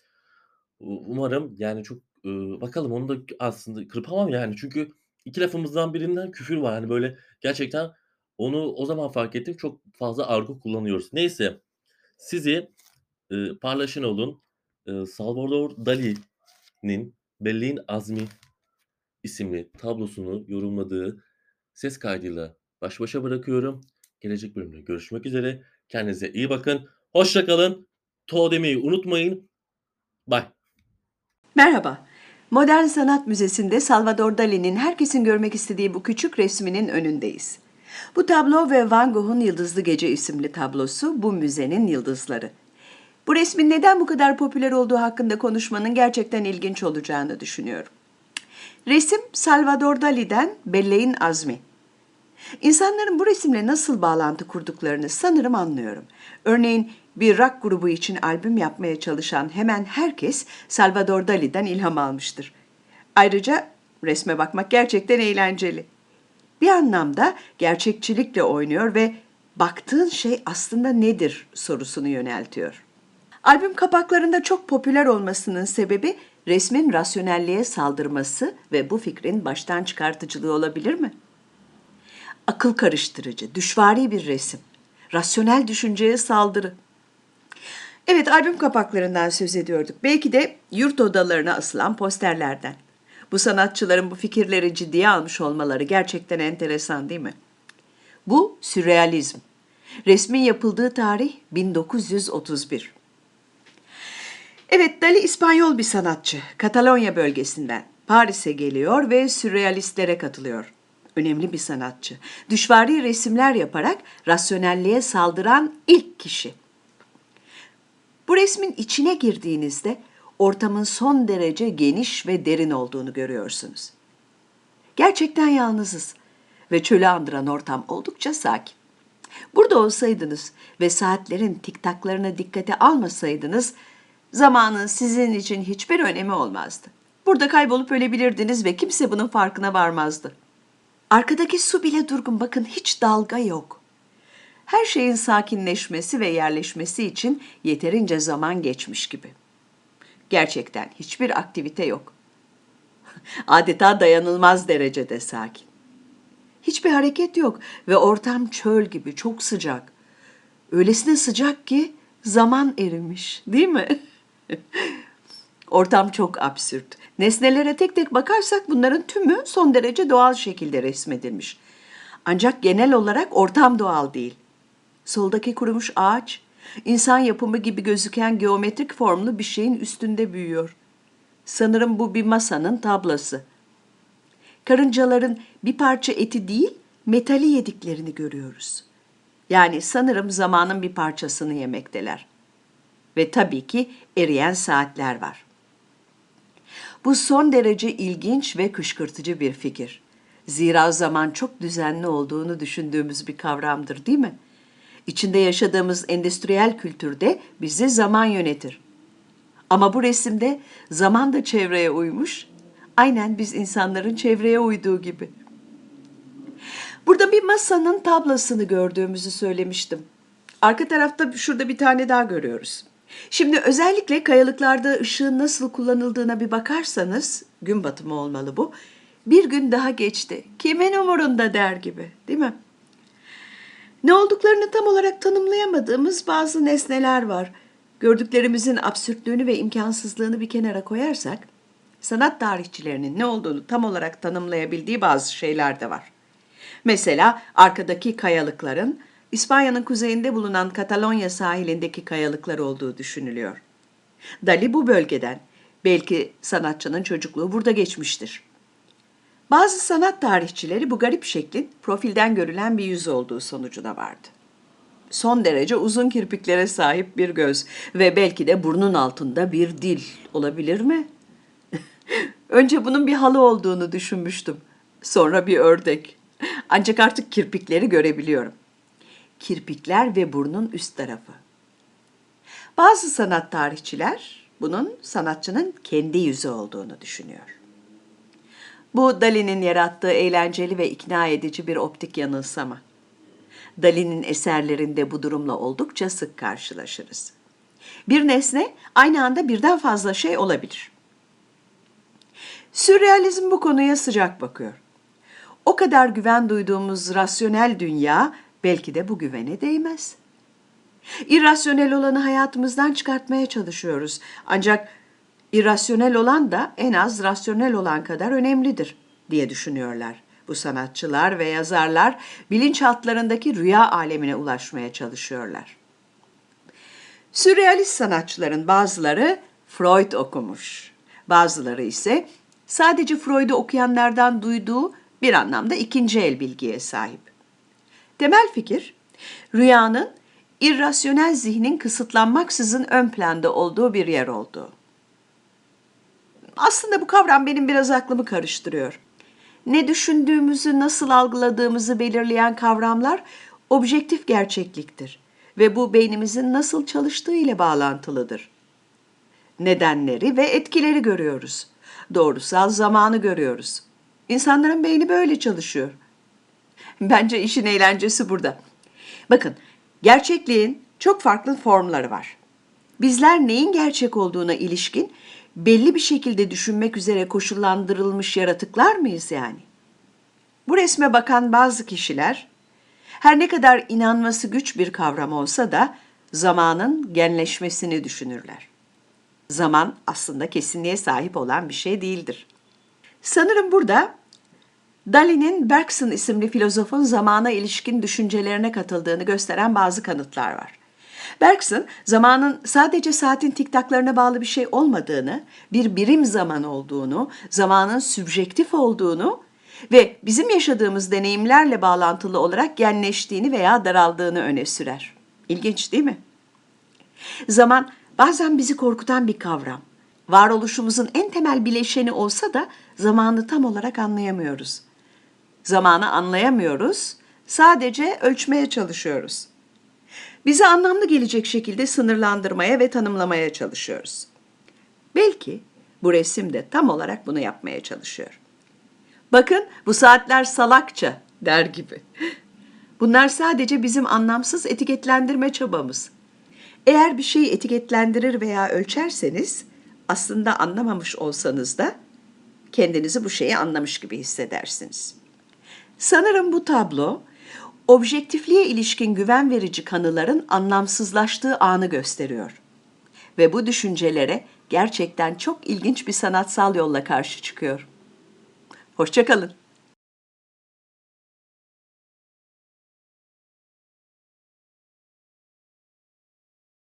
Umarım, yani, çok, bakalım onu da aslında kırpamam, yani, çünkü 2 lafımızdan birinden küfür var. Hani, böyle, gerçekten onu o zaman fark ettim, çok fazla argo kullanıyoruz. Neyse, sizi, Parlaşın olun, Salvador Dali'nin Belleğin Azmi isimli tablosunu yorumladığı ses kaydıyla baş başa bırakıyorum. Gelecek bölümde görüşmek üzere. Kendinize iyi bakın. Hoşça kalın. To demeyi unutmayın. Bye. Merhaba. Modern Sanat Müzesi'nde Salvador Dali'nin herkesin görmek istediği bu küçük resminin önündeyiz. Bu tablo ve Van Gogh'un Yıldızlı Gece isimli tablosu bu müzenin yıldızları. Bu resmin neden bu kadar popüler olduğu hakkında konuşmanın gerçekten ilginç olacağını düşünüyorum. Resim Salvador Dali'den Belleğin Azmi. İnsanların bu resimle nasıl bağlantı kurduklarını sanırım anlıyorum. Örneğin bir rock grubu için albüm yapmaya çalışan hemen herkes Salvador Dali'den ilham almıştır. Ayrıca resme bakmak gerçekten eğlenceli. Bir anlamda gerçekçilikle oynuyor ve baktığın şey aslında nedir sorusunu yöneltiyor. Albüm kapaklarında çok popüler olmasının sebebi resmin rasyonelliğe saldırması ve bu fikrin baştan çıkartıcılığı olabilir mi? Akıl karıştırıcı, düşvari bir resim. Rasyonel düşünceye saldırı. Evet, albüm kapaklarından söz ediyorduk. Belki de yurt odalarına asılan posterlerden. Bu sanatçıların bu fikirleri ciddiye almış olmaları gerçekten enteresan değil mi? Bu sürrealizm. Resmin yapıldığı tarih 1931. Evet, Dali İspanyol bir sanatçı. Katalonya bölgesinden. Paris'e geliyor ve sürrealistlere katılıyor. Önemli bir sanatçı. Düşvari resimler yaparak rasyonelliğe saldıran ilk kişi. Bu resmin içine girdiğinizde ortamın son derece geniş ve derin olduğunu görüyorsunuz. Gerçekten yalnızız ve çölü andıran ortam oldukça sakin. Burada olsaydınız ve saatlerin tiktaklarına dikkate almasaydınız, zamanın sizin için hiçbir önemi olmazdı. Burada kaybolup ölebilirdiniz ve kimse bunun farkına varmazdı. Arkadaki su bile durgun, bakın hiç dalga yok. Her şeyin sakinleşmesi ve yerleşmesi için yeterince zaman geçmiş gibi. Gerçekten hiçbir aktivite yok. Adeta dayanılmaz derecede sakin. Hiçbir hareket yok ve ortam çöl gibi çok sıcak. Öylesine sıcak ki zaman erimiş, değil mi? Ortam çok absürt. Nesnelere tek tek bakarsak bunların tümü son derece doğal şekilde resmedilmiş. Ancak genel olarak ortam doğal değil. Soldaki kurumuş ağaç, insan yapımı gibi gözüken geometrik formlu bir şeyin üstünde büyüyor. Sanırım bu bir masanın tablası. Karıncaların bir parça eti değil, metali yediklerini görüyoruz. Yani sanırım zamanın bir parçasını yemekteler. Ve tabii ki eriyen saatler var. Bu son derece ilginç ve kışkırtıcı bir fikir. Zira zaman çok düzenli olduğunu düşündüğümüz bir kavramdır, değil mi? İçinde yaşadığımız endüstriyel kültürde bizi zaman yönetir. Ama bu resimde zaman da çevreye uymuş, aynen biz insanların çevreye uyduğu gibi. Burada bir masanın tablasını gördüğümüzü söylemiştim. Arka tarafta şurada bir tane daha görüyoruz. Şimdi özellikle kayalıklarda ışığın nasıl kullanıldığına bir bakarsanız, gün batımı olmalı bu. Bir gün daha geçti. Kimin umurunda der gibi, değil mi? Ne olduklarını tam olarak tanımlayamadığımız bazı nesneler var. Gördüklerimizin absürtlüğünü ve imkansızlığını bir kenara koyarsak, sanat tarihçilerinin ne olduğunu tam olarak tanımlayabildiği bazı şeyler de var. Mesela arkadaki kayalıkların İspanya'nın kuzeyinde bulunan Katalonya sahilindeki kayalıklar olduğu düşünülüyor. Dali bu bölgeden, belki sanatçının çocukluğu burada geçmiştir. Bazı sanat tarihçileri bu garip şeklin profilden görülen bir yüz olduğu sonucuna vardı. Son derece uzun kirpiklere sahip bir göz ve belki de burnun altında bir dil olabilir mi? Önce bunun bir halı olduğunu düşünmüştüm. Sonra bir ördek. Ancak artık kirpikleri görebiliyorum. Kirpikler ve burnun üst tarafı. Bazı sanat tarihçiler bunun sanatçının kendi yüzü olduğunu düşünüyor. Bu Dali'nin yarattığı eğlenceli ve ikna edici bir optik yanılsama. Dali'nin eserlerinde bu durumla oldukça sık karşılaşırız. Bir nesne aynı anda birden fazla şey olabilir. Sürrealizm bu konuya sıcak bakıyor. O kadar güven duyduğumuz rasyonel dünya belki de bu güvene değmez. İrrasyonel olanı hayatımızdan çıkartmaya çalışıyoruz. Ancak irrasyonel olan da en az rasyonel olan kadar önemlidir diye düşünüyorlar. Bu sanatçılar ve yazarlar bilinçaltlarındaki rüya alemine ulaşmaya çalışıyorlar. Sürrealist sanatçıların bazıları Freud okumuş. Bazıları ise sadece Freud'u okuyanlardan duyduğu bir anlamda ikinci el bilgiye sahip. Temel fikir, rüyanın irrasyonel zihnin kısıtlanmaksızın ön planda olduğu bir yer olduğu. Aslında bu kavram benim biraz aklımı karıştırıyor. Ne düşündüğümüzü, nasıl algıladığımızı belirleyen kavramlar objektif gerçekliktir ve bu beynimizin nasıl çalıştığı ile bağlantılıdır. Nedenleri ve etkileri görüyoruz. Doğrusal zamanı görüyoruz. İnsanların beyni böyle çalışıyor. Bence işin eğlencesi burada. Bakın, gerçekliğin çok farklı formları var. Bizler neyin gerçek olduğuna ilişkin belli bir şekilde düşünmek üzere koşullandırılmış yaratıklar mıyız yani? Bu resme bakan bazı kişiler, her ne kadar inanması güç bir kavram olsa da zamanın genleşmesini düşünürler. Zaman aslında kesinliğe sahip olan bir şey değildir. Sanırım burada Dali'nin Bergson isimli filozofun zamana ilişkin düşüncelerine katıldığını gösteren bazı kanıtlar var. Bergson, zamanın sadece saatin tiktaklarına bağlı bir şey olmadığını, bir birim zaman olduğunu, zamanın sübjektif olduğunu ve bizim yaşadığımız deneyimlerle bağlantılı olarak genleştiğini veya daraldığını öne sürer. İlginç değil mi? Zaman bazen bizi korkutan bir kavram. Varoluşumuzun en temel bileşeni olsa da zamanı tam olarak anlayamıyoruz. Zamanı anlayamıyoruz, sadece ölçmeye çalışıyoruz. Bize anlamlı gelecek şekilde sınırlandırmaya ve tanımlamaya çalışıyoruz. Belki bu resim de tam olarak bunu yapmaya çalışıyor. Bakın, bu saatler salakça der gibi. Bunlar sadece bizim anlamsız etiketlendirme çabamız. Eğer bir şeyi etiketlendirir veya ölçerseniz, aslında anlamamış olsanız da kendinizi bu şeyi anlamış gibi hissedersiniz. Sanırım bu tablo, objektifliğe ilişkin güven verici kanıların anlamsızlaştığı anı gösteriyor. Ve bu düşüncelere gerçekten çok ilginç bir sanatsal yolla karşı çıkıyor. Hoşça kalın.